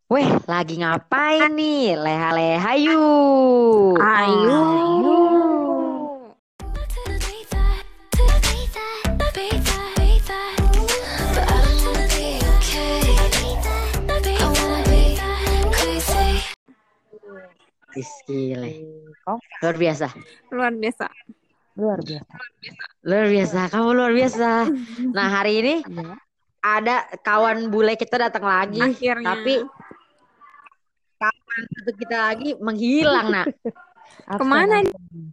Weh, lagi ngapain nih? Leha-leha yuk. Ayo. Ayo. Gile. Kok Luar biasa. Luar biasa. luar biasa. Luar biasa. Kamu luar biasa. Nah, hari ini Iya. ada kawan bule kita datang lagi. Akhirnya. Tapi kawan satu kita lagi menghilang, nak. Absen, Kemana absen.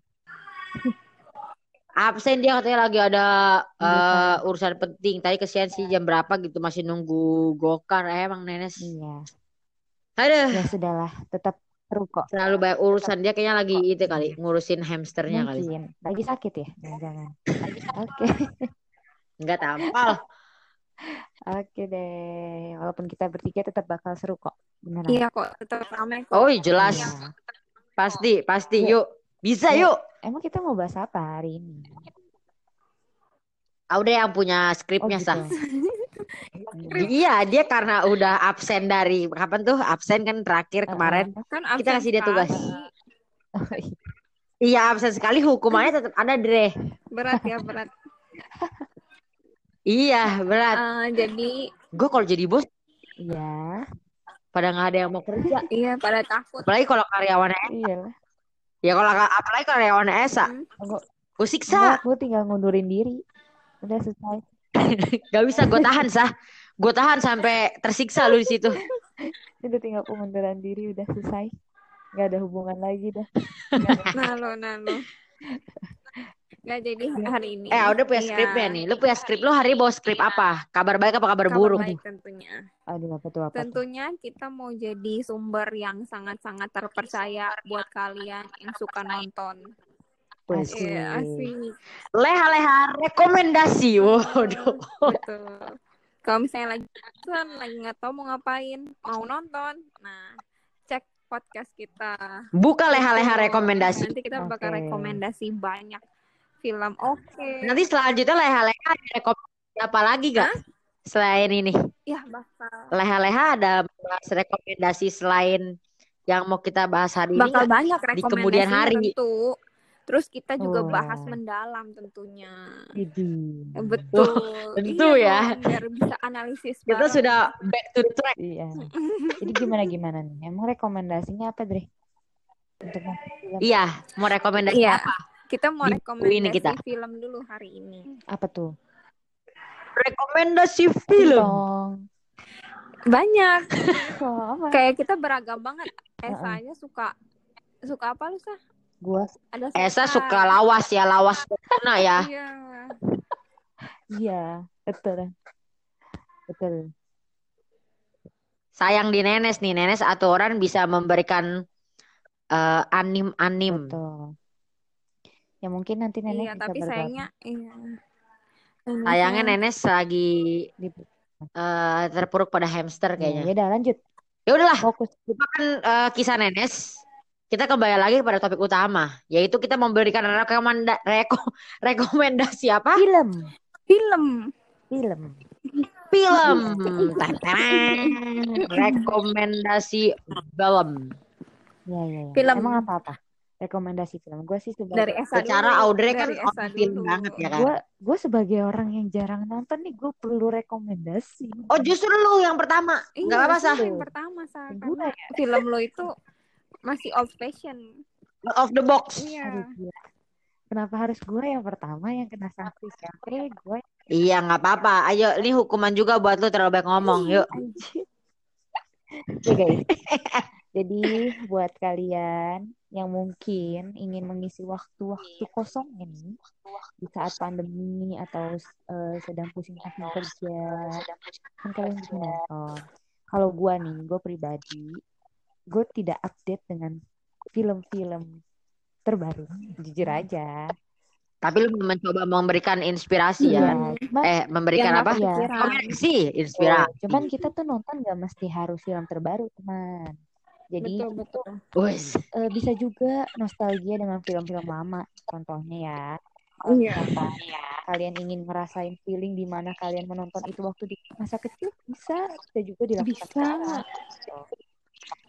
Absen dia katanya lagi ada Gokar. urusan penting. Tadi kesian sih jam berapa gitu masih nunggu gokar. Emang Nenes. Iya. Aduh. Ya sudahlah, tetap seru kok. Selalu banyak urusan dia kayaknya lagi itu kali ngurusin hamsternya kali. Mungkin lagi sakit ya, jangan. Oke. Enggak tampal. Oke deh. Walaupun kita bertiga tetap bakal seru kok. Beneran. Iya kok, tetap ramai kok. Oh jelas. Iya. Pasti Yuk. yuk. Bisa Ya, yuk. emang kita mau bahas apa hari ini? Udah yang punya Oh skripnya gitu. sah. Iya, dia karena udah absen dari kapan tuh? Absen kan terakhir kemarin. Kan Kita absen kasih dia tugas. sekali. Oh, iya. Iya, absen sekali hukumannya tetap ada, Dre. Berat ya, berat. Iya, berat. Jadi, Gue kalau jadi bos Iya. pada nggak ada yang mau kerja. iya pada takut. Apalagi kalau karyawannya. Iya lah. Ya kalau apalagi karyawannya Esa. Gue siksa. Enggak, gue tinggal ngundurin diri. Udah selesai. Gak bisa gue tahan sah. Gue tahan sampai tersiksa lu di situ. Udah tinggal pengunduran diri, udah selesai. Gak ada hubungan lagi dah. Nah lo. Nggak jadi hari ini. Udah punya skripnya nih. Lu punya skrip lu hari ini bawa skrip apa? Kabar baik apa kabar buruk? Kabar baik tentunya. Aduh, apa tuh? Tentunya kita mau jadi sumber yang sangat-sangat terpercaya buat kalian yang suka nonton. Asik. Iya, asik. Leha-leha rekomendasi. Waduh. Betul. Kalau misalnya lagi nggak tahu mau ngapain, mau nonton, nah cek podcast kita. Buka leha-leha Betul. rekomendasi. Nanti kita bakal Oke. rekomendasi banyak film. Oke. Nanti selanjutnya leha-leha ada rekomendasi apa lagi gak? Selain ini. Ya bakal. Leha-leha ada bahas rekomendasi selain yang mau kita bahas hari ini Bakal nggak? banyak Di kemudian rekomendasinya hari. tentu. Terus kita juga Oh. bahas mendalam tentunya. Idi. Betul. Tentu ya. Dong, biar bisa analisis Kita bareng. sudah back to the track. Iya. Jadi gimana nih? Emang rekomendasinya apa, Dre? Untuk nonton film? Iya, mau rekomendasi Iya. apa? Kita mau Di buku ini rekomendasi kita. film dulu hari ini. Apa tuh? Rekomendasi film. Tong. Banyak. Oh, apa? Kayak kita beragam banget. Esa aja suka apa lu, Sah? Gua Ada Esa setan. suka lawas ya, lawas tuna ya. Iya. iya, betul. Betul. Sayang di Nenes nih, Nenes aturan bisa memberikan anim-anim. Betul. Ya mungkin nanti nenek Iya, bisa tapi bergabung. sayangnya Sayangnya Nenes lagi Di- terpuruk pada hamster Ya kayaknya. udah lanjut. Ya udahlah, Fokus. lupakan kisah Nenes. Kita kembali lagi pada topik utama, yaitu kita memberikan rekomendasi apa? Film. film. Film. Rekomendasi film. Ya. Film. Emang apa-apa? Rekomendasi film. Gue sih Dari sebagai Esa Secara dulu. Audrey kan Dari Esa orang film dulu. banget ya kan. gue sebagai orang yang jarang nonton nih, gue perlu rekomendasi. Oh justru lu yang pertama. Iya, Nggak apa-apa Sah. yang pertama, Sah. Gue Karena film lo itu masih old fashion. Out of the box. Iya. Aduh, gila. Kenapa harus gue yang pertama yang kena sanksi ya? Gue Iya nggak apa-apa. Ayo, ini hukuman juga buat lu terlalu banyak ngomong. Yuk. anjir. Oke guys. Jadi buat kalian yang mungkin ingin mengisi waktu-waktu kosong ini di saat pandemi atau sedang pusing-pusing kerja, kan kalian bisa nonton. Kalau gue pribadi, gue tidak update dengan film-film terbaru, jujur aja. Tapi lu mencoba memberikan inspirasi ya. Cuman, Memberikan Ya, apa? nggak kepikiran. Rekomendasi, inspirasi. cuman kita tuh nonton gak mesti harus film terbaru, teman. Jadi Betul. Wes. bisa juga nostalgia dengan film-film lama. Contohnya ya, Iya. kalian ingin ngerasain feeling di mana kalian menonton itu waktu di masa kecil, bisa juga dilakukan Bisa. sekarang.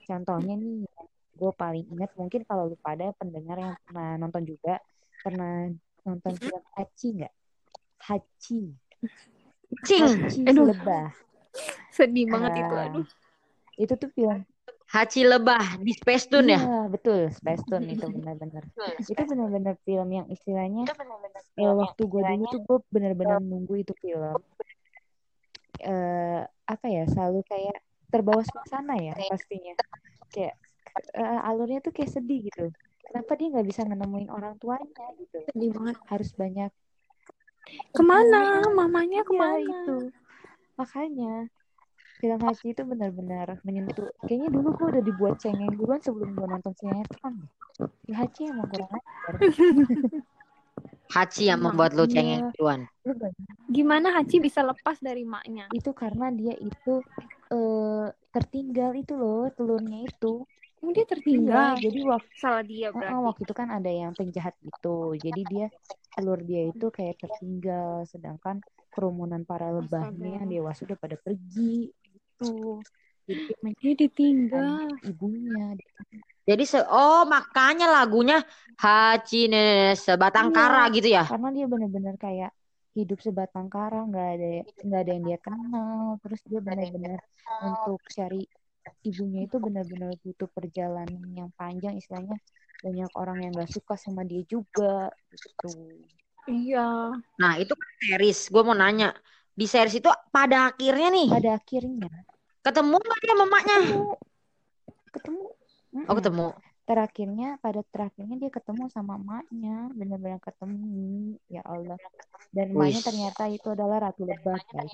Contohnya nih, gue paling ingat mungkin kalau lu pada pendengar yang pernah nonton juga, pernah nonton film Hachi nggak? Hachi, Cing. Hachi si Aduh, lebah. sedih banget itu. Ah, Aduh. itu tuh film. Hachi Lebah di Space Tune ya. Iya, betul, Space Tune itu benar-benar. Itu benar-benar film yang istilahnya waktu gue dulu tuh gue benar-benar nunggu itu film. Apa ya, selalu kayak terbawa suasana ya pastinya. Kayak alurnya tuh kayak sedih gitu. Kenapa dia nggak bisa nemuin orang tuanya gitu? Sedih banget. Harus banyak Kemana? Mamanya Iya, kemana? itu. Makanya film Haji itu benar-benar menyentuh. Kayaknya dulu gue udah dibuat cengeng duluan sebelum gue nonton sinetron. Si Haji emang kurang ajar. Hachi yang membuat lu cengeng Iya. duluan. Lu bayangin, Gimana Hachi bisa lepas dari maknya? itu karena dia itu tertinggal itu loh telurnya itu. Emang dia Iya, tertinggal. jadi Salah dia berarti. waktu itu kan ada yang penjahat gitu. Jadi telur dia itu kayak tertinggal, sedangkan kerumunan para lebahnya yang dewasa udah pada pergi gitu. Jadi dia Dia mencari ditinggal. ibunya. Jadi makanya lagunya Hachi Nenek Sebatang Iya, Kara gitu ya. karena dia benar-benar kayak hidup sebatang kara, nggak ada yang dia kenal. Terus dia benar-benar untuk cari ibunya itu benar-benar butuh perjalanan yang panjang, istilahnya banyak orang yang nggak suka sama dia juga gitu. Iya. Nah itu kan series. Gue mau nanya. Di series itu pada akhirnya nih. Pada akhirnya Ketemu gak dia sama emaknya? ketemu. Oh ketemu. Pada terakhirnya dia ketemu sama emaknya, benar-benar ketemu, ya Allah. Dan emaknya Wih. ternyata itu adalah Ratu Lebah, guys.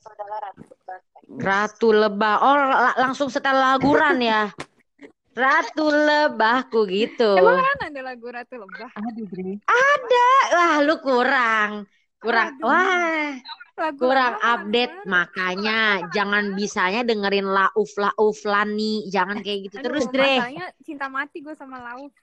Ratu Lebah. Oh langsung setel laguran ya. Ratu Lebahku gitu. Emang kan ada lagu Ratu Lebah? Aduh, Dre. Wah lu kurang. Aduh. Wah. Lagu Kurang lama update. mana? Makanya jangan bisanya dengerin Lauf Lani. Jangan kayak gitu Aduh, terus Dre. masalahnya cinta mati gue sama Lauf.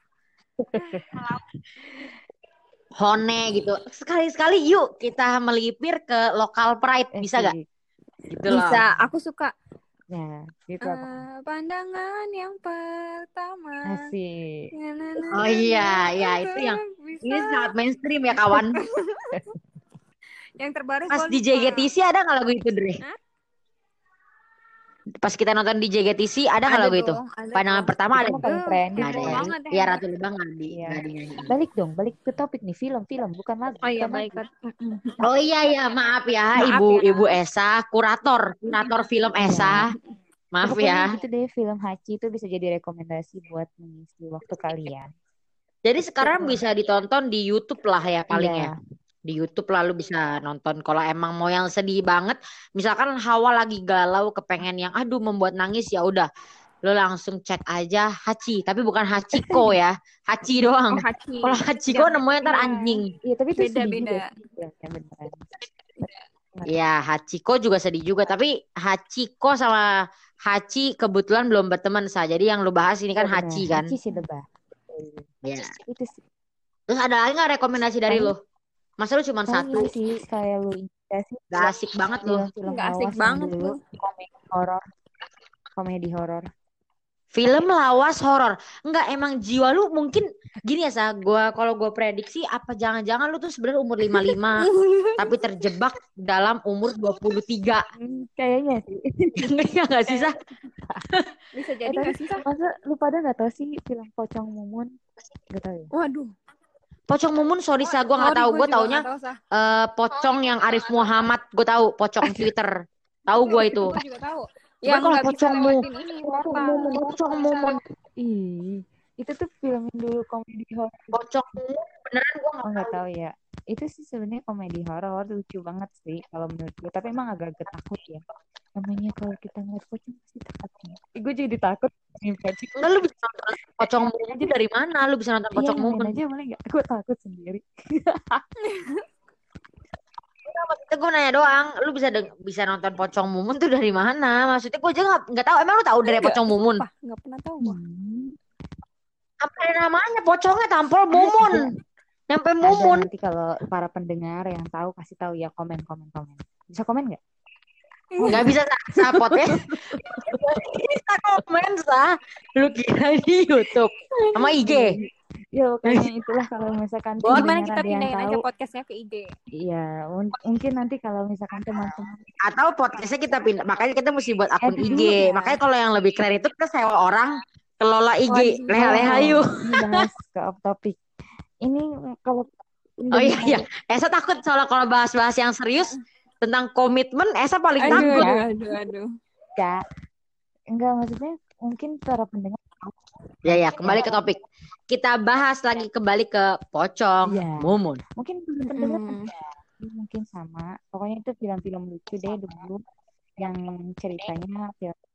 Hone gitu. Sekali-sekali yuk kita melipir ke lokal pride. Bisa gak? Gitu loh. Bisa, aku suka. Nah, gitu apa? Pandangan yang pertama. Asik. Oh iya, ya itu yang ini sangat mainstream ya kawan. Yang terbaru Pas gua di lupa. JGTC ada nggak lagu itu Dre? Hah? Pas kita nonton di JGTC ada nggak lagu itu? Ada Pandangan dong. pertama ada. Itu paling trending Nggak ada ya. banget ya. Iya Ratu Lebah nggak di. Iya. nggak di- Balik ke topik nih, film bukan lagu. Oh iya, bukan baik. lagu. Oh iya maaf ya Maaf Ibu ya. Esa, kurator film Iya. Esa. Maaf Pokoknya ya. gitu deh, film Hachi itu bisa jadi rekomendasi buat mengisi waktu kalian. Jadi sekarang bisa ditonton di YouTube lah ya paling Iya. ya. Di YouTube lalu bisa nonton kalau emang mau yang sedih banget, misalkan Hawa lagi galau kepengen yang aduh membuat nangis ya udah lo langsung cek aja Hachi, tapi bukan Hachiko ya. Hachi doang. Oh, Hachi. Kalau Hachiko nemunya ntar Iya. anjing. Iya, tapi itu sedih Beda-beda. juga sih, beneran. Iya, Hachiko juga sedih juga, tapi Hachiko sama Hachi kebetulan belum berteman saja. Jadi yang lu bahas ini kan Iya, benar. Hachi kan. Hachi si lebah. Iya. Itu sih. Terus ada lagi nggak rekomendasi dari lu? Masa lu cuma Paling satu? ini sih kayak lu inspirasi Gak asik banget lu. film Nggak asik lawas yang banget dulu, lu. komedi horor. Film lawas horor. Enggak, emang jiwa lu mungkin gini ya, kalau gue prediksi apa jangan-jangan lu tuh sebenarnya umur 55 tapi terjebak dalam umur 23. Kayaknya sih. Iya enggak sih, Sa? Bisa jadi nggak sih, Sa? Masa lu pada nggak tahu sih film Pocong Mumun? Nggak tahu ya? Waduh. Pocong Mumun, sorry Sa, gue nggak tahu. Gue taunya Pocong yang Arif Muhammad, gue tahu Pocong Twitter. Tahu gue itu. Gue juga tahu. Cuma Yang kalau nggak bisa Pocong lewatin ini. Pocong Mumun. Ih, itu tuh film yang dulu komedi horor. Pocong Mumun beneran gue nggak tahu ya. Itu sih sebenarnya komedi horor, lucu banget sih kalau menurut gue. Tapi emang agak takut ya. Namanya kalau kita ngeliat pocong pasti takut ya. Gue jadi takut. Lu bisa nonton Pocong Mumun itu dari mana? Lu bisa nonton Pocong Mumun? Iya, aja boleh nggak? Gue takut sendiri. Maksudnya gue nanya doang, lu bisa nonton Pocong Mumun tuh dari mana? Maksudnya gue aja nggak tahu. Emang lu tahu dari Pocong Mumun? Nggak pernah tahu gue. Apa ada namanya? Pocongnya tampol Mumun. Nyampe Mumun. Nanti kalau para pendengar yang tahu kasih tahu ya, komen. Bisa komen nggak? Nggak bisa sapot ya. Bisa komen sah. Lu kira di YouTube sama IG. Ya pokoknya itulah kalau misalkan Gimana pendengar kita ada yang pindahin aja tahu. podcastnya ke IG? Iya, mungkin nanti kalau misalkan teman-teman Atau podcastnya kita pindah. Makanya kita mesti buat akun add IG. dulu. Iya. Makanya kalau yang lebih keren itu kita sewa orang kelola IG. Waduh. Leha-leha yuk. Ini bahas ke off topic. Ini kalau Oh iya. Esa takut soalnya kalau bahas-bahas yang serius tentang komitmen, Esa paling Aduh, takut. aduh. ya enggak, maksudnya mungkin para pendengar Ya, kembali ke topik. Kita bahas lagi kembali ke Pocong Iya. Mumun. mungkin pendengar mungkin sama. Pokoknya itu film-film lucu deh dulu yang ceritanya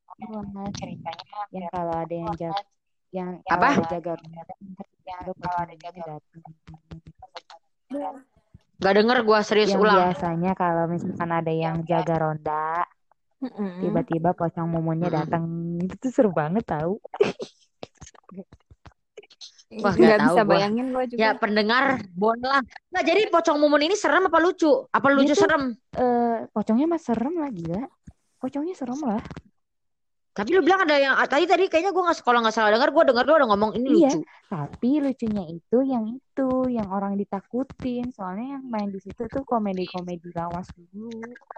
yang kalau ada yang jaga Apa? jaga rumah yang kalau ada jaga datang. Gak denger gue serius Yang ulang. biasanya kalau misalkan ada yang jaga ronda, tiba-tiba pocong mumunnya datang. Itu tuh seru banget tahu. Wah, nggak nggak tahu bisa gua. bayangin gue juga. Ya pendengar boleh lah. Nah, jadi Pocong Mumun ini serem apa lucu? Apa lucu Dia tuh, serem? Pocongnya mah serem lah, gila. Pocongnya serem lah. Tapi lu bilang ada yang tadi kayaknya gue nggak, kalau nggak salah dengar gue dengar lu ada ngomong ini Iya, lucu. tapi lucunya itu yang orang ditakutin. Soalnya yang main di situ tuh komedi-komedi lawas dulu.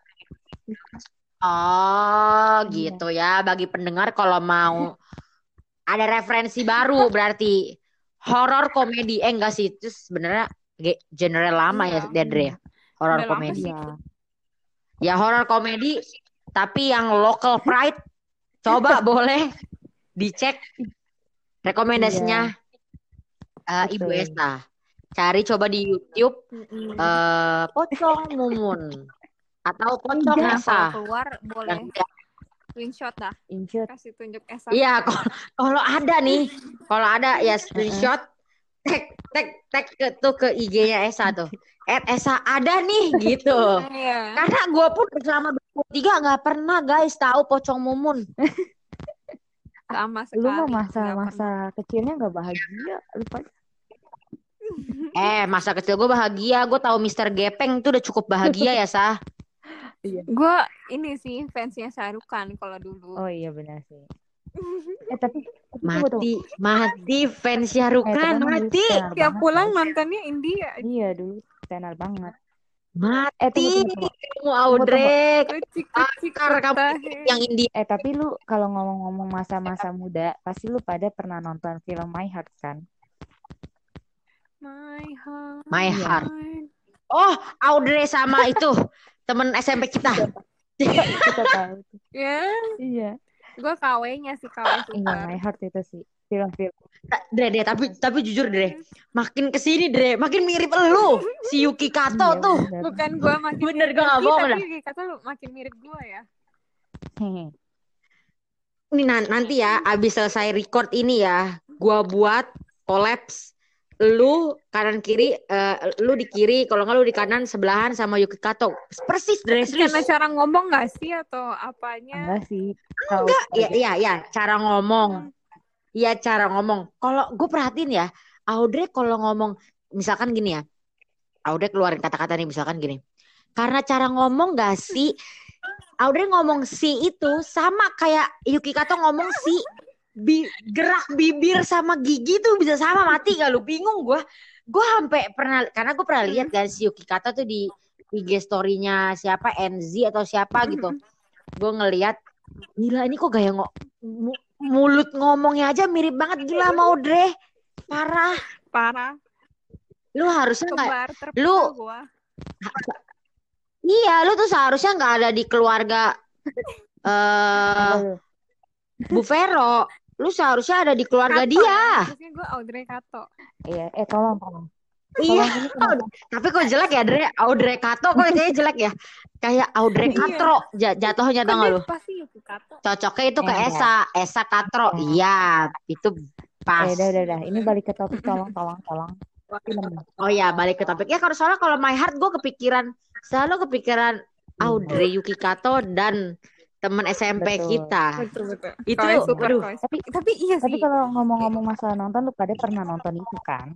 Oh gitu ya. Bagi pendengar kalau mau ada referensi baru berarti horor komedi. Enggak sih, itu sebenarnya genre lama ya Dre. Horor Udah lama komedi. sih. Ya horor komedi tapi yang local pride. Coba boleh dicek rekomendasinya Ibu Betul. Esta. Cari coba di YouTube Pocong Mumun atau Pocong Nah, Esa. kalau keluar boleh screenshot dah. Insert. Kasih tunjuk Esa. Iya, kalau ada ya screenshot tag ke IG-nya Esa tuh. Esa ada nih gitu. Iya. Karena gue pun selama 23 nggak pernah guys tahu Pocong Mumun. Sama sekali. Lu mah nggak pernah. masa kecilnya nggak bahagia, lupa. Masa kecil gue bahagia. Gue tahu Mr. Gepeng itu udah cukup bahagia ya Sah. Gue ini sih fansnya Shahrukh Khan kalau dulu. Oh iya benar sih. Tapi Mati fans Shahrukh Khan mati. Tiap pulang nontonnya India. Iya dulu tenar banget. Mati. Kamu Audrey. Akar kamu yang India. Tapi lu kalau ngomong-ngomong masa-masa muda, pasti lu pada pernah nonton film My Heart kan? My Heart. Oh, Audrey sama itu temen SMP kita. Kita tahu. Ya. Iya. Gue KW-nya sih KW suka. Iya, My Heart itu sih film-film. Dre, tapi jujur Dre, makin kesini Dre, makin mirip lu si Yuki Kato Iya, tuh. bener. Bukan gue makin Bener, mirip gue nggak Yuki, bohong tapi dah. Yuki Kato lu makin mirip gue ya. Ini nanti ya, abis selesai record ini ya, gua buat kolaps. Lu kanan kiri, lu di kiri, kalau nggak lu di kanan sebelahan sama Yuki Kato. Persis Dre, serius. Karena cara ngomong nggak sih atau apanya? Enggak sih. Enggak, iya, cara ngomong. Iya, cara ngomong. Kalau gue perhatiin ya, Audrey kalau ngomong, misalkan gini ya, Audrey keluarin kata-kata nih, misalkan gini. Karena cara ngomong gak sih, Audrey ngomong si itu sama kayak Yuki Kato ngomong si. Gerak bibir sama gigi tuh bisa sama, mati gak lu? Bingung gue. Gue sampai pernah, karena gue pernah lihat kan si Yuki Kato tuh di IG story-nya siapa, NZ atau siapa gitu. Gue ngeliat, gila ini kok gaya mulut ngomongnya aja mirip banget, gila mau Audrey. Parah. Lu harusnya nggak, lu gua. Iya, lu tuh seharusnya nggak ada di keluarga Bu Vero. Lu seharusnya ada di keluarga Kato, dia. Maksudnya gue Audrey Kato. Iya, tolong. Iya, tapi kok jelek ya Dre? Audrey Kato kok kayaknya jelek ya. Kayak Audrey Katro jatuhnya, tau gak lu? Pasti Yuki Kato. Cocoknya itu ke Esa Katro. Iya, itu pas. Udah. Ini balik ke topik, tolong. Oh ya, balik ke topik. Ya soalnya kalau My Heart gue selalu kepikiran Audrey, Yuki Kato dan teman SMP kita. Betul. Itu aduh. Tapi iya sih. Tapi kalau ngomong-ngomong masalah nonton, lu pada pernah nonton itu kan?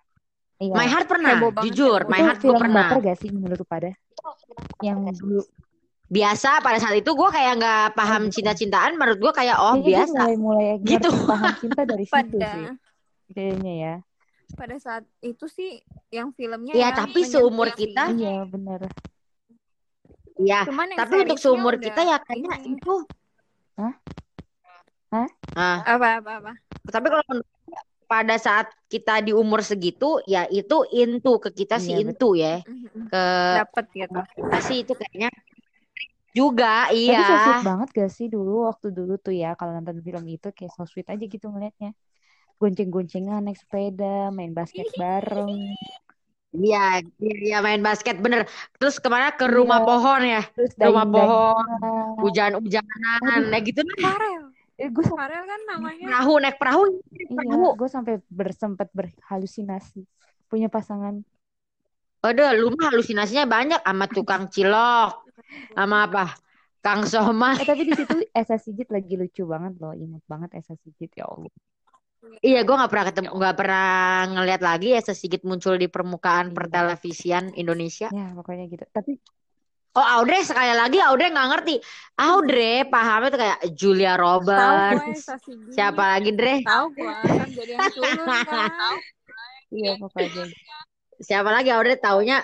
Iya. My Heart pernah, jujur. My Heart gue film pernah. baper gak sih menurut lu pada? Yang biasa pada saat itu gue kayak nggak paham cinta-cintaan, menurut gue kayak Kayaknya gue biasa mulai gitu. ngerti paham cinta dari situ sih. Pada Kayaknya ya. pada saat itu sih yang filmnya Ya yang tapi seumur menyentuh kita, sih. Iya bener. ya Cuman yang tapi untuk seriesnya seumur udah kita ya kayaknya ini. itu. Hah? Hah? Ah, Apa. tapi kalau menurut gue, pada saat kita di umur segitu ya itu into ke kita sih Iya into betul. ya, ke Dapat gitu. kita sih itu kayaknya juga Tapi so iya. sweet banget gak sih waktu dulu tuh ya kalau nonton film itu kayak so sweet aja gitu ngeliatnya. Gonceng-goncengan naik sepeda, main basket bareng. Iya, iya main basket bener. Terus kemana ke Iya, rumah pohon ya, terus rumah pohon, dayung-dayungan. hujan-hujanan, Aduh, gitu lah. Farel. gue Farel kan namanya. Naik perahu, iya, gue sampai sempat berhalusinasi punya pasangan. Aduh, lu mah halusinasinya banyak sama tukang cilok, sama apa, Kang Somai. Tapi di situ Esa Sigit lagi lucu banget loh, imut banget Esa Sigit ya Allah. Iya, gue nggak pernah ngeliat lagi ya Sigit muncul di permukaan pertelevisian Indonesia. Ya pokoknya gitu. Tapi oh Audrey sekali lagi Audrey nggak ngerti. Audrey pahamnya tuh kayak Julia Tahu Roberts. gue Sasigit. Siapa lagi Dre? Tahu gue kan jadi yang culun kan. iya pokoknya. Siapa lagi Audrey taunya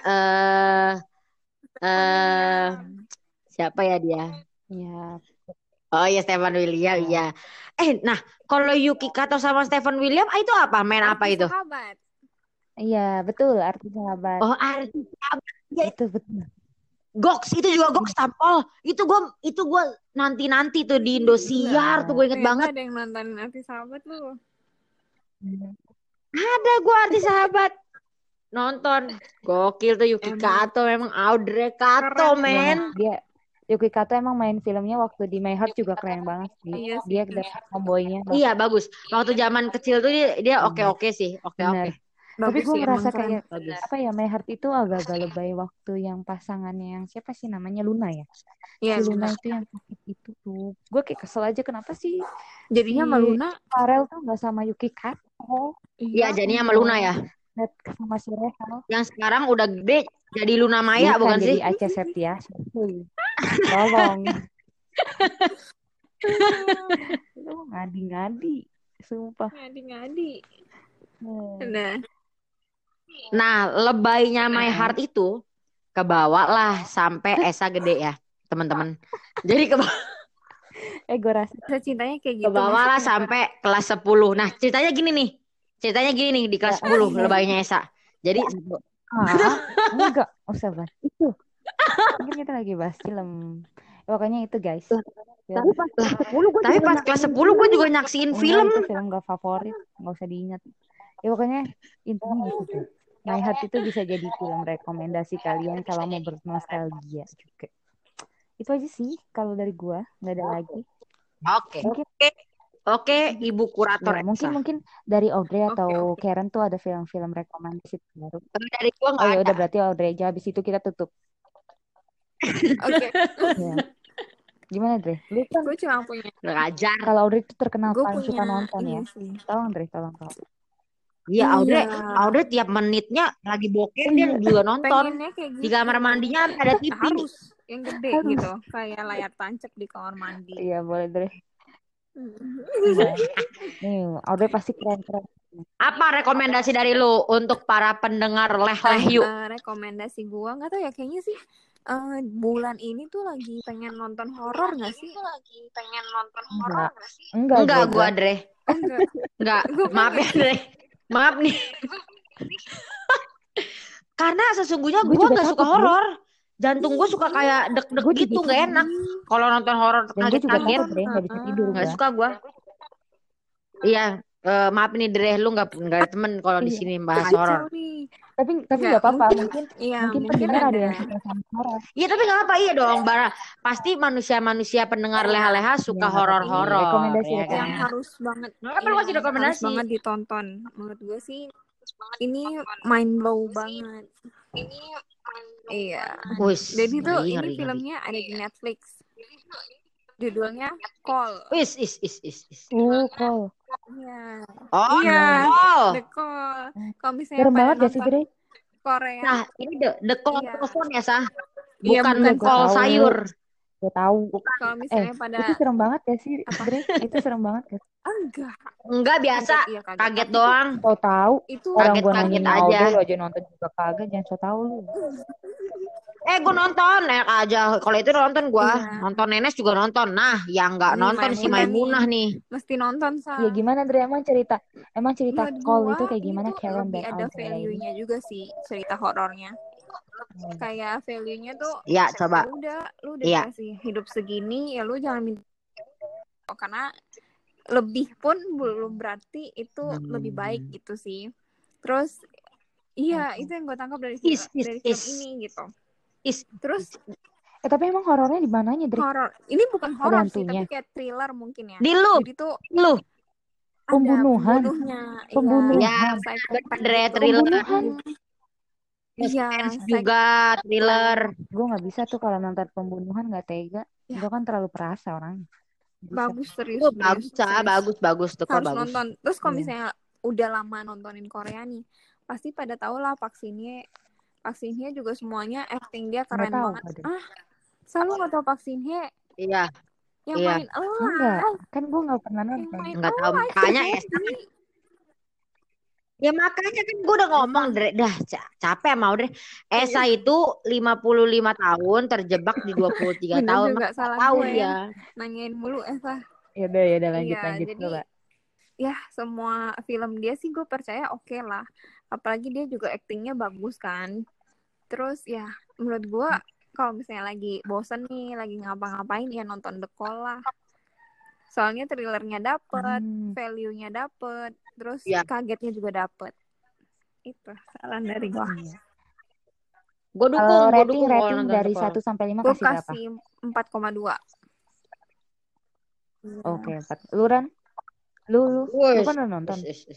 siapa ya dia? Ya. Oh iya Stephen William iya. Nah kalau Yuki Kato sama Stephen William itu apa? Main apa itu? Sahabat. Iya betul arti sahabat. Oh arti sahabat. Ya, itu betul. Goks itu juga Goks tampol. Itu gue nanti tuh di Indosiar tuh gue inget banget. Ada yang nonton arti sahabat lu. Ada gue arti sahabat. Nonton. Gokil tuh Yuki Kato memang Audrey Kato men. Dia Yuki Kato emang main filmnya waktu di My Heart juga keren banget sih. Iya, dia tomboynya. Iya bagus. Waktu zaman kecil tuh dia oke sih. Oke. Tapi gue ngerasa kayak bagus. apa ya My Heart itu agak-agak lebay waktu yang pasangannya yang siapa sih namanya Luna ya. Iya, si Luna itu yang sakit itu tuh. Gue kayak kesel aja kenapa sih jadinya sama Luna Farel tuh nggak sama Yuki Kato. Iya jadinya sama Luna ya. Sama si Rehal. Yang sekarang udah gede jadi Luna Maya bukan jadi sih? Acha Septia. Tolong. Itu ngadi-ngadi. Sumpah. Ngadi-ngadi. Nah, lebaynya My Heart itu kebawa lah sampai Esa gede ya, teman-teman. Jadi gue rasa cintanya kayak gitu. Kebawa lah sampai kelas 10. Nah, ceritanya gini nih di kelas 10 lebaynya Esa. Jadi enggak usah bahas itu. Mungkin kita lagi bahas film. Pokoknya itu guys. Tapi pas kelas 10 gue juga nyaksiin film. Itu film gak favorit, gak usah diingat. Ya pokoknya intinya gitu. My Heart itu bisa jadi film rekomendasi kalian kalau mau bernostalgia juga. Itu aja sih kalau dari gua, nggak ada lagi. Oke, Ibu Kurator. Ya, mungkin dari Audrey atau Karen tuh ada film-film rekomendasi baru. Dari gua nggak ada. Udah berarti Audrey aja. Habis itu kita tutup. Oke. Ya. Gimana Dre? Lu kan gue cuma punya. Ngajar. Kalau Audrey itu terkenal Gue paling suka nonton ya. Tolong Dre, tolong. Iya, Audrey tiap menitnya lagi bokeh dia juga nonton. Gitu. Di kamar mandinya ada TV. Harus yang gede gitu, kayak layar tancap di kamar mandi. Iya, boleh Dre. Nih, Audrey pasti keren-keren. Apa rekomendasi dari lu untuk para pendengar Leh yuk? Rekomendasi gua nggak tahu ya, kayaknya sih bulan ini tuh lagi pengen nonton horor nggak sih? Enggak gua Dre. Enggak. Maaf ya Dre. Maaf nih. Karena sesungguhnya gue nggak suka horor. Jantung gue suka kayak deg-deg gitu, nggak enak. Kalau nonton horor kaget-kaget, nggak suka gue. Iya, maaf nih Dre, lu nggak ada temen kalau di sini bahas horor. Tapi nggak apa-apa, mungkin pendengar ada yang suka sama horor. Iya tapi nggak apa, iya dong. Pasti manusia pendengar leha-leha suka horor-horor. Rekomendasi ya kan? Yang harus banget. Apa lu kasih rekomendasi? Harus banget ditonton. Menurut gue sih ini mind blow banget. Iya. Jadi tuh ini filmnya ada di Netflix. Judulnya Call. Is. Call. Iya. Oh, iya. Call. The Call. Kalau misalnya serem banget gak sih, Dre? Korea. Nah, ini the call telepon ya, Sah? Bukan call sayur. Gue tahu. Kalau misalnya pada Itu serem banget ya sih, apa? Dre? Itu serem banget ya? Enggak, Enggak, biasa. iya kaget. Kaget Tapi doang. So tahu itu orang gue Kaget-kaget nanyanya aja. Audrey, lo aja nonton juga kagak, jangan so tau lu. Gue nonton, enak aja. Kalau itu nonton gue. Iya. Nonton Nenes juga nonton. Nah, yang nggak Nih, nonton si Maimunah nih. mesti nonton Ya Sa. gimana Dre, emang cerita Menurut Call gua itu kayak ini gimana tuh Karen lebih dan ada Audrey? value-nya juga sih cerita horornya. Hmm. Kayak value-nya tuh Ya, ya coba. lu udah Iya. dikasih hidup segini, ya lu jangan minta karena lebih pun belum berarti itu lebih baik gitu sih. Terus iya, itu yang gue tangkap dari film ini gitu. Terus Tapi emang horornya di mananya, Dre? horor. Ini bukan horor sih, hantunya? tapi kayak thriller mungkin ya. Di lu. Jadi tuh Lu. ada Pembunuhan. pembunuhnya. Ya, Iya, Dre, gitu. thriller. Pembunuhan. Iya, Juga thriller. Gue nggak bisa tuh kalau nonton pembunuhan, nggak tega. Ya. Gue kan terlalu perasa orang. Bagus serius. Bagus tuh kok Harus bagus. nonton. Terus kalau Iya. misalnya udah lama nontonin Korea nih, pasti pada tau lah Vaksinnya juga semuanya acting dia keren Nggak tahu, banget. Dre. Selalu nggak tau Vaksinnya Iya. yang Iya. main Enggak, kan gue nggak pernah yang nonton. main Nggak tahu, makanya ya makanya kan gue udah ngomong, Dre, dah capek mau Dre. Esa itu 55 tahun terjebak di 23 Bener tahun. juga, Masa salah tahu gue dia. nanyain mulu Esa. Ya udah lanjut Iya, jadi coba. ya semua film dia sih gue percaya oke lah. Apalagi dia juga aktingnya bagus kan. Terus ya menurut gue kalau misalnya lagi bosen nih, lagi ngapa-ngapain ya nonton The Call lah. Soalnya thrillernya dapet, value-nya dapet, terus Ya. kagetnya juga dapet. Itu saran dari gue. Gue dukung. Kalau Gue dukung rating nonton dari The Call. 1 sampai 5 Gue kasih berapa? kasih 4,2. Oke, 4. Lu Ran? Lu kan udah nonton.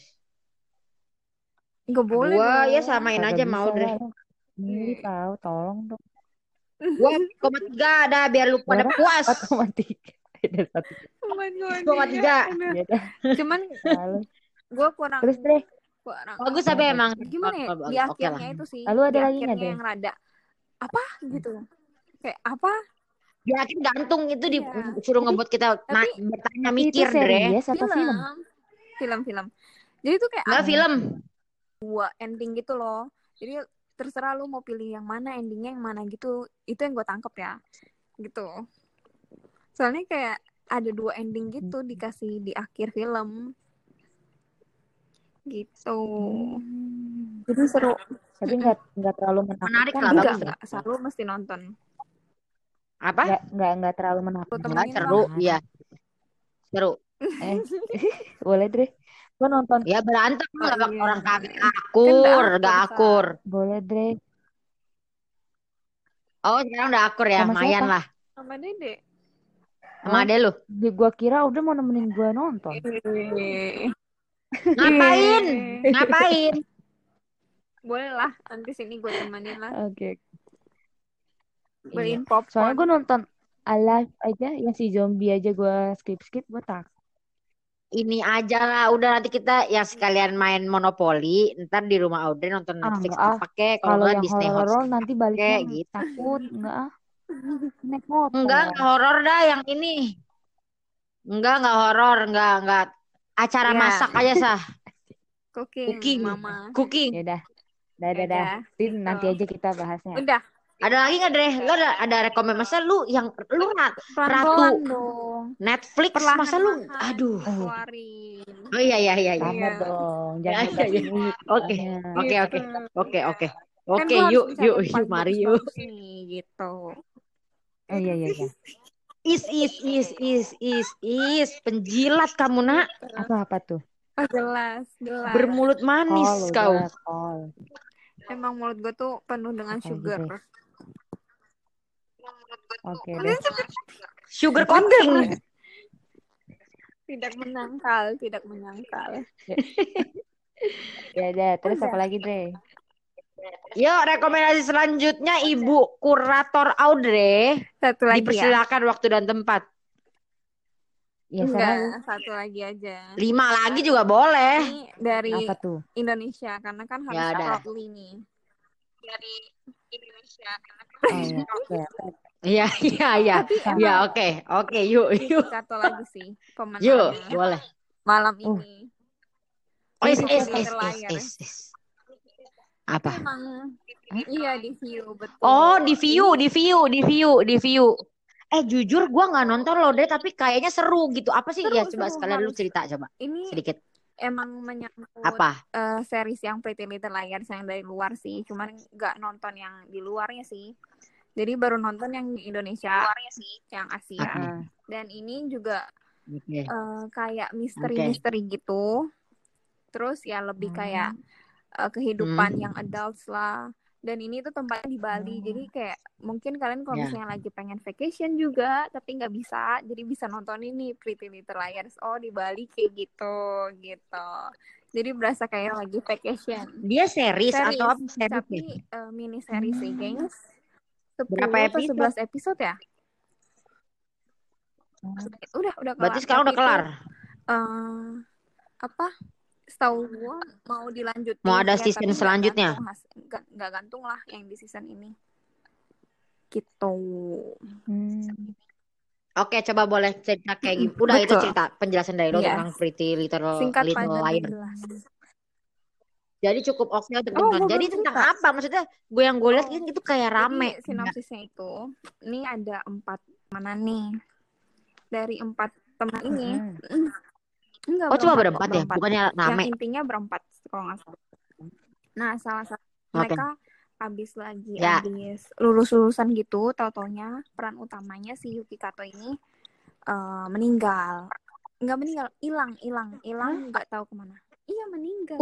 Gak boleh Gua dong. ya samain Kagak aja bisa mau Dre. lah. Milih tahu, tolong dong. Gua 4,3 ada biar lu pada puas. 4,3. Ada 4,3. Cuman gue kurang. Terus Dre, bagus tapi emang gimana ya di akhirnya itu sih. Lalu ada di lagi akhirnya nggak, yang rada apa gitu, kayak apa di akhir gantung itu disuruh ngebuat kita bertanya mikir, itu series Dre. atau film? Film. Jadi tuh kayak Nggak film. Dua ending gitu loh. Jadi terserah lu mau pilih yang mana, endingnya yang mana gitu. Itu yang gue tangkep ya. Gitu. Soalnya kayak ada 2 ending gitu dikasih di akhir film. Gitu. Jadi seru. Tapi nggak terlalu menakutkan. Menarik lah, bagus. Enggak, selalu mesti nonton. Apa? Nggak terlalu menakutkan. Seru, iya. Seru. Boleh Dre. Gue nonton. Ya berantem lah iya. orang kagak akur, gak akur. Boleh Dre. Oh sekarang udah akur ya, Sama lumayan siapa? lah. Sama Dede. Sama ade lu. Gue kira udah mau nemenin gue nonton. Ngapain? Boleh lah, nanti sini gue temenin lah. Oke. Beliin popcorn. Soalnya gue nonton Alive aja, yang si zombie aja gue skip gue tak. Ini aja lah, udah nanti kita ya sekalian main Monopoli, ntar di rumah Audrey nonton Netflix apa kek, kalau nggak Disney horor Hotstar nanti baliknya gitu. takut, naik motor. Enggak horor dah yang ini. Enggak horor, enggak. Acara masak aja sah. Cooking, Mama. Cooking. Ya udah. Nanti aja kita bahasnya. Udah. Ada lagi nggak Dre? Lu ada rekomend masa lu yang lu Pelan-pelan dong. Netflix Perlahan masa lu aduh. Keluarin. Oh iya. Sabar dong. Jangan Oke. Kan Yuk mari yuk. Gitu. Oh iya. Is penjilat kamu nak. Apa tuh? Oh, jelas. Bermulut manis kau. Emang mulut gue tuh penuh dengan sugar. Oke deh. Sugar coating. Tidak menyangkal. Ya udah, terus apa lagi Dre? Yuk rekomendasi selanjutnya Ibu Kurator Audrey. Satu lagi dipersilakan waktu dan tempat. Ya, enggak, satu lagi aja. 5 lagi juga boleh. Ini dari apa tuh? Indonesia karena kan harus proudly nih. Dari Indonesia karena kan iya. Iya, iya, iya. Tapi Ya, emang oke, yuk, Yuki yuk, Kato lagi sih yuk, pemenangnya boleh. malam Uh, ini Oh, di Pretty siapa? Little Liars. is. Tapi Apa? emang Hah? iya di view Oh, betul. Ini di view. Jujur gue nggak nonton loh deh, tapi kayaknya seru gitu. Apa sih? Ya, coba seru sekalian lu harus. cerita coba Ini sedikit. emang menyangkut Apa? series yang Pretty Little Liars yang dari luar sih, cuman nggak nonton yang di luarnya sih. Jadi baru nonton yang di Indonesia, yang Asia. Heeh. Dan ini juga Oke, kayak oke. misteri-misteri gitu. Terus ya lebih kayak kehidupan yang adults lah. Dan ini tuh tempatnya di Bali, jadi kayak mungkin kalian kalau Ya. misalnya lagi pengen vacation juga, tapi nggak bisa, jadi bisa nonton ini Pretty Little Liars. Oh di Bali kayak gitu, gitu. Jadi berasa kayak lagi vacation. Dia series atau apa Series, series tapi ya? mini series sih, kayaknya 10 Berapa atau episode? 11 episode ya. Udah Berarti kelar. sekarang Tapi udah kelar. Apa? Setahu gua mau dilanjutin Mau ada ya, season tapi selanjutnya? nggak gantung lah yang di season ini gitu. Oke, coba boleh cerita kayak gitu. Udah itu Betul. cerita penjelasan dari lo Yes. tentang Pretty Little Singkat padat Liars. jelas. Jadi cukup oke untuk Oh, nonton. gua Jadi belum tentang cerita. apa? Maksudnya yang gue lihat kan itu kayak rame. Jadi sinopsisnya itu, ini ada 4 mana nih. Dari 4 teman ini, enggak Oh, cuma berempat, berempat ya? Bukannya yang rame. intinya berempat kalau nggak salah. Nah, salah satu Oke. mereka habis Ya. lulusan gitu, tau-taunya peran utamanya si Yuki Kato ini meninggal. Nggak meninggal, hilang, nggak tahu kemana. Iya, meninggal.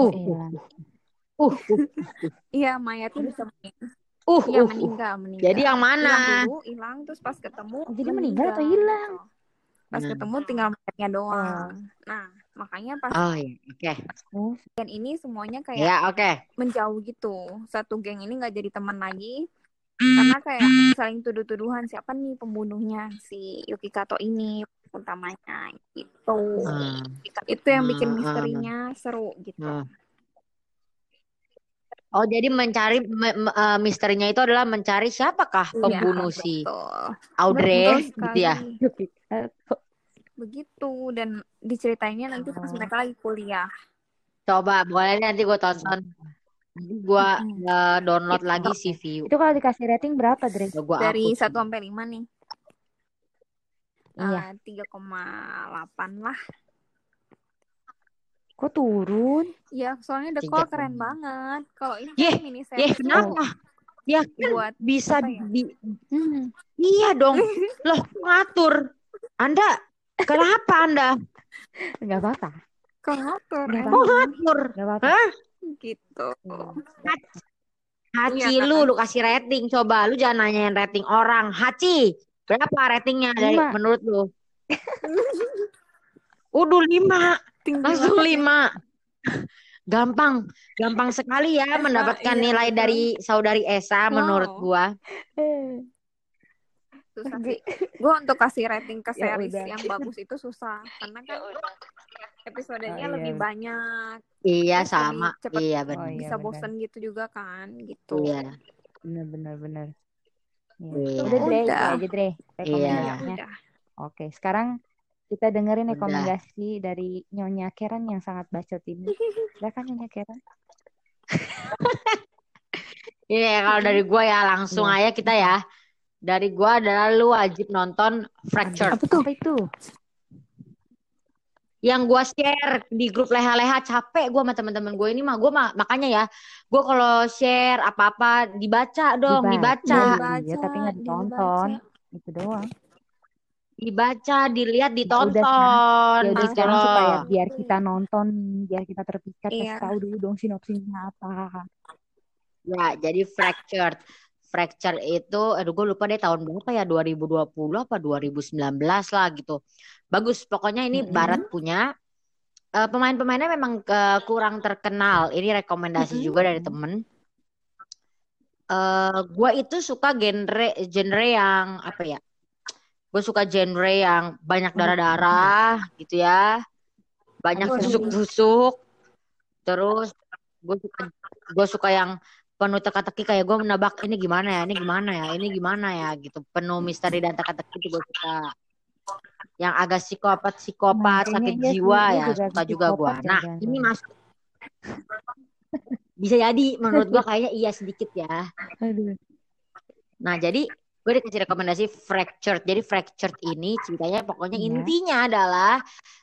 Iya, mayatnya bisa Iya, meninggal. Jadi yang mana? Hilang terus pas ketemu jadi meninggal atau hilang? gitu. Pas ketemu tinggal mayatnya doang. Nah, makanya pas iya, oke. dan ini semuanya kayak Ya, oke. menjauh gitu. Satu geng ini nggak jadi teman lagi karena kayak saling tuduh-tuduhan siapa nih pembunuhnya si Yuki Kato ini utamanya gitu. Itu yang bikin misterinya seru gitu. Oh, jadi mencari misterinya itu adalah mencari siapakah pembunuh si Audrey gitu ya? Begitu, dan diceritainnya nanti pas mereka lagi kuliah. Coba boleh nanti gue tonton. Nanti gue download lagi si View. Itu kalau dikasih rating berapa, Dre? Dari 1 sampai 5 nih. Iya. 3,8 lah. Kok turun? Ya, soalnya The Call keren banget. Kalau ini kan mini series. Kenapa? Ya kan buat bisa Iya dong. Loh, ngatur. Anda, kenapa Anda? Enggak apa-apa. Kok ngatur? Ngatur. Enggak apa-apa. Hah? Gitu. Haci, lu kasih rating. Coba, lu jangan nanyain rating orang. Haci, berapa ratingnya dari menurut lu? Udah 5. Langsung 5. Gampang sekali ya mendapatkan nilai dari saudari Esa menurut gua. Susah sih. Gue untuk kasih rating ke series yang bagus itu susah karena kan episodenya lebih banyak. Iya, sama. Iya, benar. Bisa bosen gitu juga kan, gitu. Iya. Benar. Iya. Udah, Dre, itu aja, Dre. Rekomendasinya. Iya. Oke, sekarang kita dengerin rekomendasi dari Nyonya Karen yang sangat bacot ini. Silakan Nyonya Karen. Iya, kalau dari gua ya langsung aja kita ya. Dari gua adalah lu wajib nonton Fractured. Apa itu? Yang gua share di grup leha-leha, capek gua sama teman-teman gue ini makanya ya, gua kalau share apa-apa dibaca dong. Iya, tapi nggak ditonton. Itu doang. Dibaca, dilihat, ditonton. Udah sekarang supaya biar kita nonton, biar kita terpikat, kasih tahu dulu dong sinopsisnya apa. Ya, jadi Fracture itu, gue lupa deh tahun berapa ya, 2020 apa 2019 lah gitu. Bagus, pokoknya ini Barat punya. Pemain-pemainnya memang kurang terkenal. Ini rekomendasi juga dari temen. Gue itu suka genre yang apa ya? Gue suka genre yang banyak darah-darah gitu ya. Banyak tusuk-tusuk. Terus gue suka yang penuh teka-teki, kayak gue menebak ini gimana ya, ini gimana ya, ini gimana ya gitu. Penuh misteri dan teka-teki itu gue suka. Yang agak Nah, psikopat, kayaknya sakit iya sih. jiwa Gue ya juga suka juga gue. psikopat Nah, jangan-jangan ini kali. masuk bisa jadi menurut gue kayaknya iya sedikit ya. Aduh. Nah, jadi gue dikasih rekomendasi Fractured. Jadi Fractured ini ceritanya pokoknya Iya. intinya adalah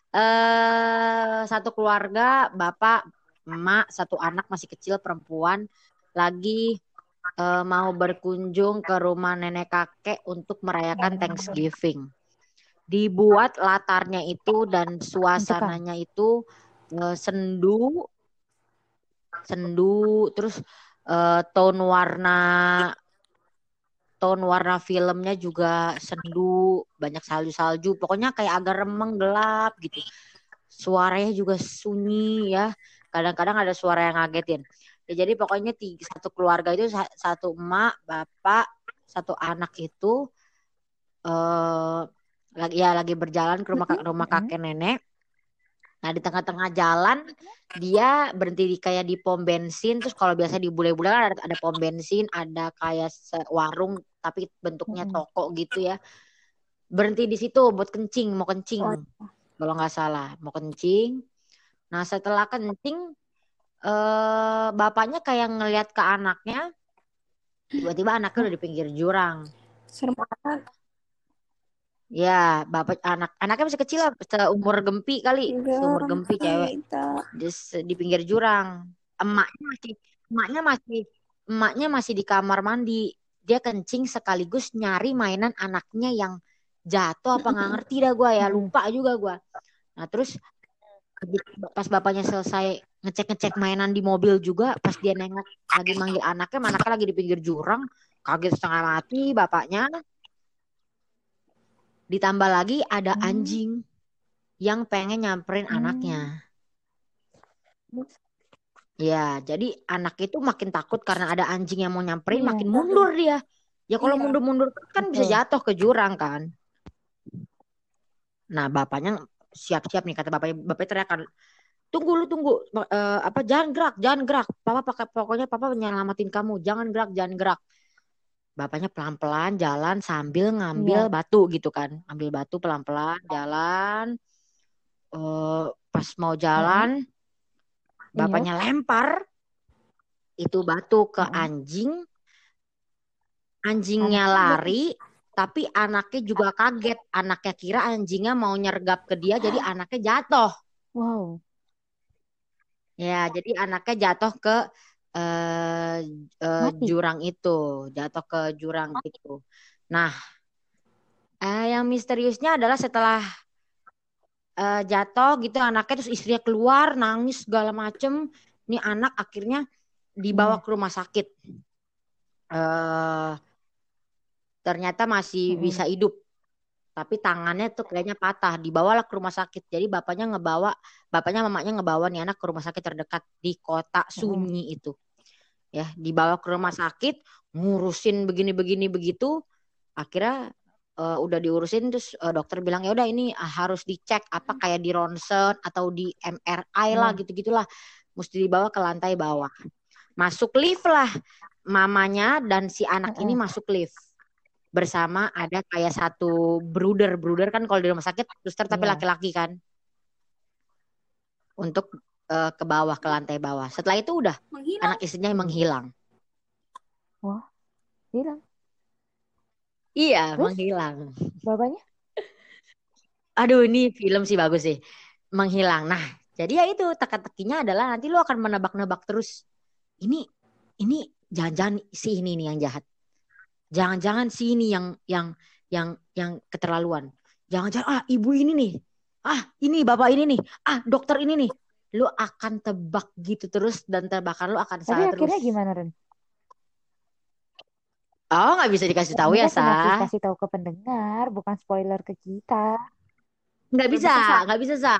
satu keluarga, bapak, emak, satu anak masih kecil perempuan lagi mau berkunjung ke rumah nenek kakek untuk merayakan Thanksgiving. Dibuat latarnya itu dan Mencekam. suasananya itu sendu, terus tone warna filmnya juga sendu, banyak salju-salju. Pokoknya kayak agak remeng gelap gitu. Suaranya juga sunyi ya. Kadang-kadang ada suara yang ngagetin. Ya, jadi pokoknya satu keluarga itu satu emak, bapak, satu anak itu lagi berjalan ke rumah kakek nenek. Nah, di tengah-tengah jalan dia berhenti kayak di pom bensin. Terus kalau biasa di bule-bule kan ada pom bensin, ada kayak warung tapi bentuknya toko gitu ya. Berhenti di situ buat kencing, mau kencing. Kalau nggak salah, mau kencing. Nah, setelah kencing bapaknya kayak ngelihat ke anaknya, tiba-tiba anaknya udah di pinggir jurang. Serem banget. Ya, anaknya masih kecil lah, seumur Gempi kali, seumur Gempi cewek. Di pinggir jurang. Emaknya masih di kamar mandi. Dia kencing sekaligus nyari mainan anaknya yang jatuh apa nggak ngerti dah gue ya, lupa juga gue. Nah, terus pas bapaknya selesai ngecek mainan di mobil juga, pas dia nengok lagi manggil anaknya lagi di pinggir jurang, kaget setengah mati bapaknya. Ditambah lagi ada anjing yang pengen nyamperin anaknya. Ya, jadi anak itu makin takut karena ada anjing yang mau nyamperin, makin mundur dia. Ya kalau mundur-mundur kan bisa jatuh ke jurang kan. Nah, bapaknya siap-siap nih, kata bapaknya teriakan, tunggu, jangan gerak. Pokoknya papa nyelamatin kamu, jangan gerak. Bapaknya pelan-pelan jalan sambil ngambil batu gitu kan. Ambil batu pelan-pelan jalan. Pas mau jalan, bapaknya lempar itu batu ke anjing. Anjingnya lari, tapi anaknya juga kaget. Anaknya kira anjingnya mau nyergap ke dia, jadi anaknya jatuh. Wow. Ya, jadi anaknya jatuh ke jurang itu, jatuh ke jurang gitu. Nah, yang misteriusnya adalah setelah jatuh gitu anaknya, terus istrinya keluar nangis segala macem. Ini anak akhirnya dibawa ke rumah sakit. Ternyata masih bisa hidup, tapi tangannya tuh kayaknya patah. Dibawalah ke rumah sakit. Jadi bapaknya mamanya ngebawa nih anak ke rumah sakit terdekat di kota sunyi itu. Ya, dibawa ke rumah sakit, ngurusin begini begitu. Akhirnya udah diurusin, terus dokter bilang ya udah ini harus dicek apa kayak di ronsen atau di MRI lah gitu-gitulah. Mesti dibawa ke lantai bawah. Masuk lift lah. Mamanya dan si anak ini masuk lift. Bersama ada kayak satu brother kan kalau di rumah sakit suster tapi laki-laki kan. Untuk ke bawah, ke lantai bawah. Setelah itu udah anak istrinya menghilang. Wah, hilang. Iya, terus? Menghilang. Bapaknya? Aduh, ini film sih bagus sih. Menghilang. Nah, jadi ya itu teka-tekinya adalah nanti lu akan menebak-nebak terus. Ini jangan-jangan si ini nih yang jahat. Jangan-jangan si ini yang keterlaluan. Jangan-jangan ibu ini nih. Ini bapak ini nih. Dokter ini nih. Lu akan tebak gitu terus dan tebakan lu akan salah terus. Tapi akhirnya gimana, Ren? Oh, nggak bisa dikasih tahu ya, Sa. Kasih tahu ke pendengar, bukan spoiler ke kita. Nggak bisa, Sa. Nggak bisa.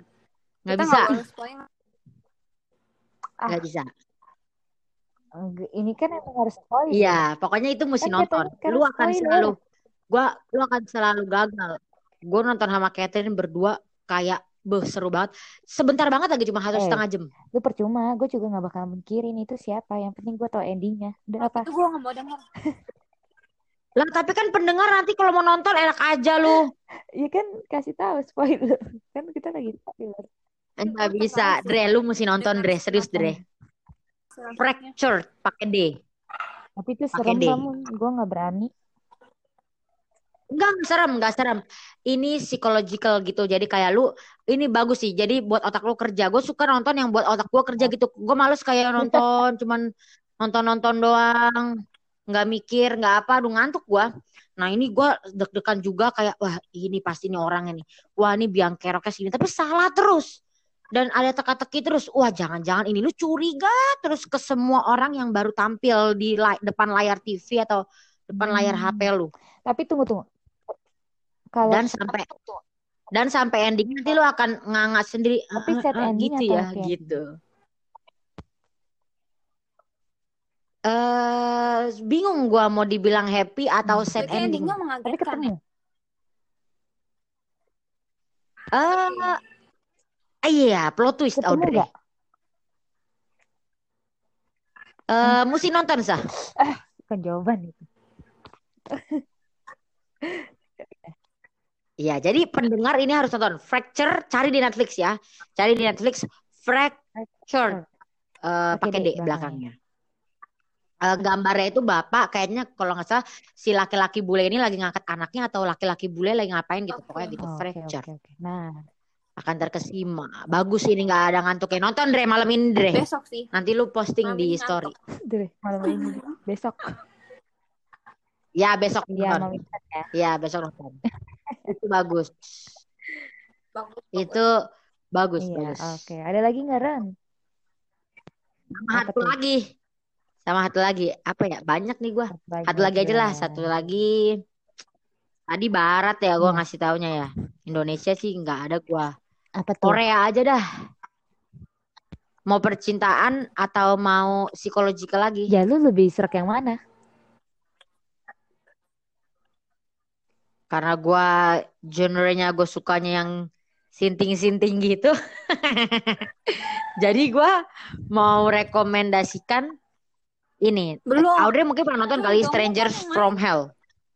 Nggak bisa. Ini kan emang harus spoiler. Iya, pokoknya itu mesti nonton. Lu akan selalu gagal. Gue nonton sama Catherine berdua kayak Seru banget. Sebentar banget lagi, cuma Eh, 1,5 jam. lu percuma, gue juga nggak bakal mikirin itu siapa. Yang penting gue tau endingnya. Udah apa? Itu gue nggak mau denger. Lah tapi kan pendengar nanti kalau mau nonton enak aja lu. Iya kan kasih tahu spoiler. Kan kita lagi spoiler. Enggak Gue bisa, tertarik sih Dre, lu mesti nonton, dengan Dre, serius, Dre. sinopsisnya. Fractured pakai D. Tapi itu Pakai serem D. banget. Gue nggak berani. Enggak serem, enggak serem. Ini psychological gitu. Jadi kayak lu, ini bagus sih. Jadi buat otak lu kerja. Gue suka nonton yang buat otak gue kerja gitu. Gue males kayak nonton, cuman nonton-nonton doang. Nggak mikir, nggak apa. Aduh ngantuk gue. Nah ini gue deg-degan juga kayak, wah ini pasti ini orang ini. Wah ini biang keroknya segini. Tapi salah terus. Dan ada teka-teki terus. Wah jangan-jangan ini lu curiga terus ke semua orang yang baru tampil di depan layar TV atau depan layar HP lu. Tapi tunggu. Kalau Dan sampai ending nanti lu akan ngangat sendiri. tapi set ending Gitu atau ya, happy ending? gitu. Bingung gua mau dibilang happy atau sad Berarti ending. endingnya Tapi mengagetkan ketemu. Eh, iya, plot twist, Ketemu Audrey. nggak? Mesti nonton sah. Bukan jawaban itu. Iya, jadi pendengar ini harus nonton. Fracture, cari di Netflix ya. Cari di Netflix Fracture, pakai D belakangnya. Gambarnya itu bapak kayaknya kalau nggak salah si laki-laki bule ini lagi ngangkat anaknya atau laki-laki bule lagi ngapain gitu, pokoknya gitu. Fracture. Oke. Nah, Akan terkesima. Bagus ini, nggak ada ngantuknya. Nonton Dre malam ini, Dre. besok sih. Nanti lu posting Malam di ini story. Dre, malam ini besok. Ya besok Iya, nonton. Mami ya. Ya besok nonton. Itu bagus. Bagus. Itu bagus, Iya, bagus. oke. Ada lagi nggak, Ren? Sama Apa satu tuh? lagi. Sama satu lagi. Apa ya? Banyak nih gua. Satu lagi aja lah. Satu lagi. Tadi Barat ya gua Iya. ngasih taunya ya. Indonesia sih nggak ada gua. Apa tuh? Korea aja dah. Mau percintaan atau mau psikologikal lagi? Ya, lu lebih serak yang mana? Karena gue genrenya gue sukanya yang sinting-sinting gitu. Jadi gue mau rekomendasikan ini. Belum. Audrey mungkin pernah nonton kali Strangers from Hell.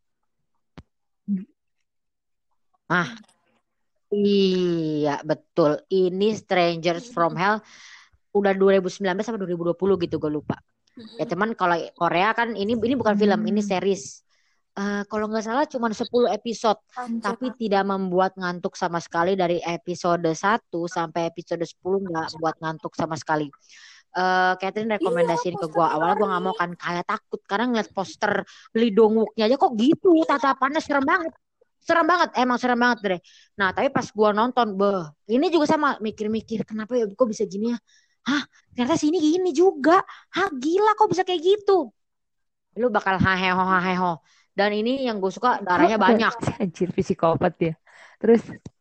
Iya betul. Ini Strangers from Hell udah 2019 sampai 2020 gitu, gue lupa. Ya teman, kalau Korea kan ini bukan film, ini series. Kalau nggak salah cuma 10 episode, tapi tidak membuat ngantuk sama sekali. Dari episode 1 sampai episode 10 nggak buat ngantuk sama sekali. Catherine rekomendasiin ke gue. Awalnya gue nggak mau kan, kayak takut karena ngeliat poster Lee Dong Wook-nya aja kok gitu, tatapannya serem banget. Serem banget, emang serem banget deh. Nah tapi pas gue nonton, ini juga sama mikir-mikir kenapa ya kok bisa gini ya. Hah, ternyata sini gini juga. Hah, gila kok bisa kayak gitu. Lu bakal haheho. Dan ini yang gue suka darahnya banyak. Anjir, psikopat ya. Terus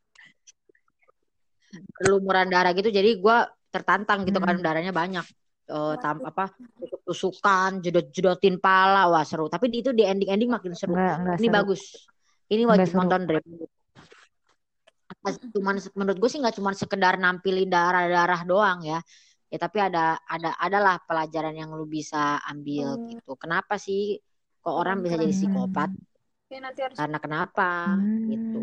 Lumuran darah gitu, jadi gue tertantang gitu kan, darahnya banyak. Tusukan, jedot-jedotin pala, wah seru. Tapi itu di ending makin seru. Enggak Ini seru. bagus. Ini wajib Nggak seru. nonton Dre. Cuman menurut gue sih nggak cuma sekedar nampilin darah-darah doang ya. Ya tapi adalah pelajaran yang lu bisa ambil gitu. Kenapa sih kok orang bisa jadi psikopat? Karena kenapa gitu.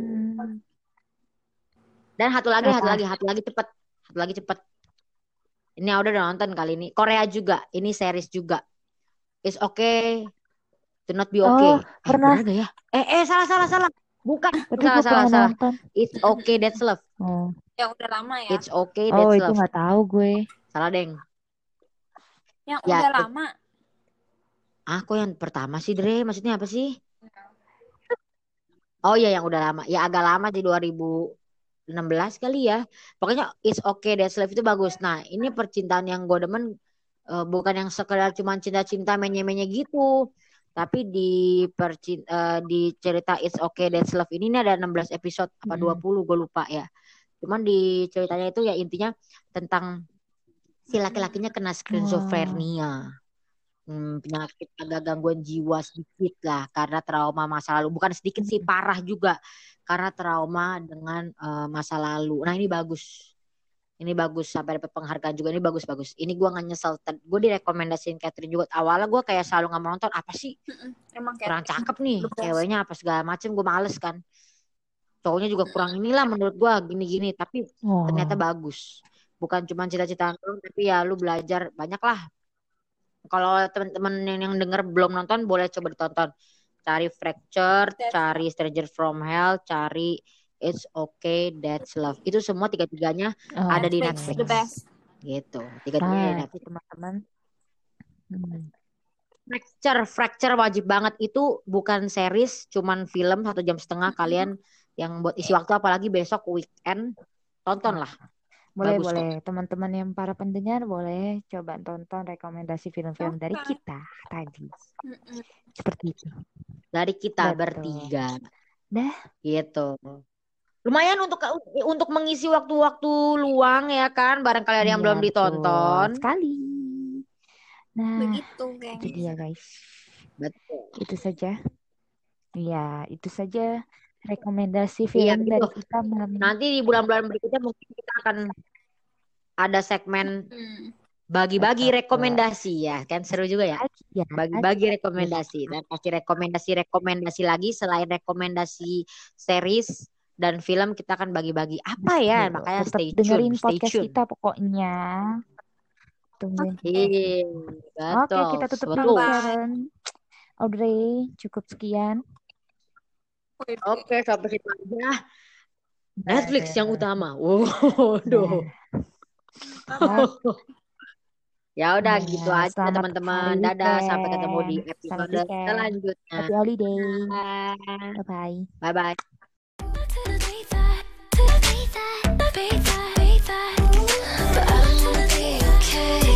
Dan satu lagi cepet. Ini udah nonton kali ini. Korea juga, ini series juga. It's okay to not be okay. Pernah. Bener gak ya? Salah. Bukan, Tapi salah. Nonton. It's okay, that's love. Yang udah lama ya. It's okay, that's love. Itu nggak tahu gue. Salah deng. Yang udah lama. Kok yang pertama sih Dre? Maksudnya apa sih? Oh iya yang udah lama. Ya agak lama sih, 2016 kali ya. Pokoknya It's okay, that's love itu bagus. Nah ini percintaan yang gue demen, bukan yang sekedar cuma cinta-cinta menye-menye gitu. Tapi di cerita It's okay, that's love ini ada 16 episode apa 20 gue lupa ya. Cuman di ceritanya itu ya intinya tentang si laki-lakinya kena skizofrenia. penyakit agak gangguan jiwa sedikit lah karena trauma masa lalu. Bukan sedikit sih, parah juga karena trauma dengan masa lalu. Nah ini bagus. Ini bagus sampai dapat penghargaan juga. Ini bagus-bagus. Ini gue gak nyesel. Gue direkomendasiin Catherine juga. Awalnya gue kayak selalu gak mau nonton. Apa sih? Emang Kurang Catherine cakep nih. the best. Ceweknya apa segala macem. Gue males kan. Cowoknya juga kurang inilah menurut gue. Gini-gini. Tapi ternyata bagus. Bukan cuma cita-cita doang. Tapi ya lu belajar banyak lah. Kalau teman-teman yang denger belum nonton. Boleh coba ditonton. Cari Fracture. Cari Stranger from Hell. Cari It's Okay, That's Love. Itu semua tiga-tiganya ada di It's Netflix. the best. Gitu. Tiga-tiganya di Nah, Netflix. teman-teman. Fracture wajib banget. Itu bukan series, cuman film 1 jam setengah. Kalian yang buat isi waktu, apalagi besok weekend, tonton lah. Boleh, Bagus kok. boleh. Teman-teman yang para pendengar boleh coba tonton rekomendasi film-film dari Oke. kita tadi. Seperti itu. Dari kita Betul. bertiga. Dah. Gitu. Lumayan untuk mengisi waktu-waktu luang ya kan. Barangkali ada yang Iya, belum ditonton. betul sekali. Nah, Begitu, itu guys. dia guys. Betul. Itu saja. Iya, itu saja rekomendasi Iya, film gitu. dari kita malam ini. Nanti di bulan-bulan berikutnya mungkin kita akan ada segmen bagi-bagi Betul. rekomendasi ya kan, seru juga ya. Ya, Bagi-bagi rekomendasi dan pasti rekomendasi lagi selain rekomendasi series dan film, kita akan bagi-bagi apa ya. betul. Makanya Tetap stay dengerin tune. podcast kita pokoknya. Tungguin kita. Oke, Betul. kita tutup Betul. dulu, Sharon. Audrey, cukup sekian. Oke, sampai situ aja. Netflix yang utama. Waduh. Ya udah gitu aja selamat teman-teman. hari Dadah, sampai ketemu di weekend. Selamat episode weekend. selanjutnya. Happy holiday. Bye. Bye-bye. Bye-bye. But I don't wanna be okay.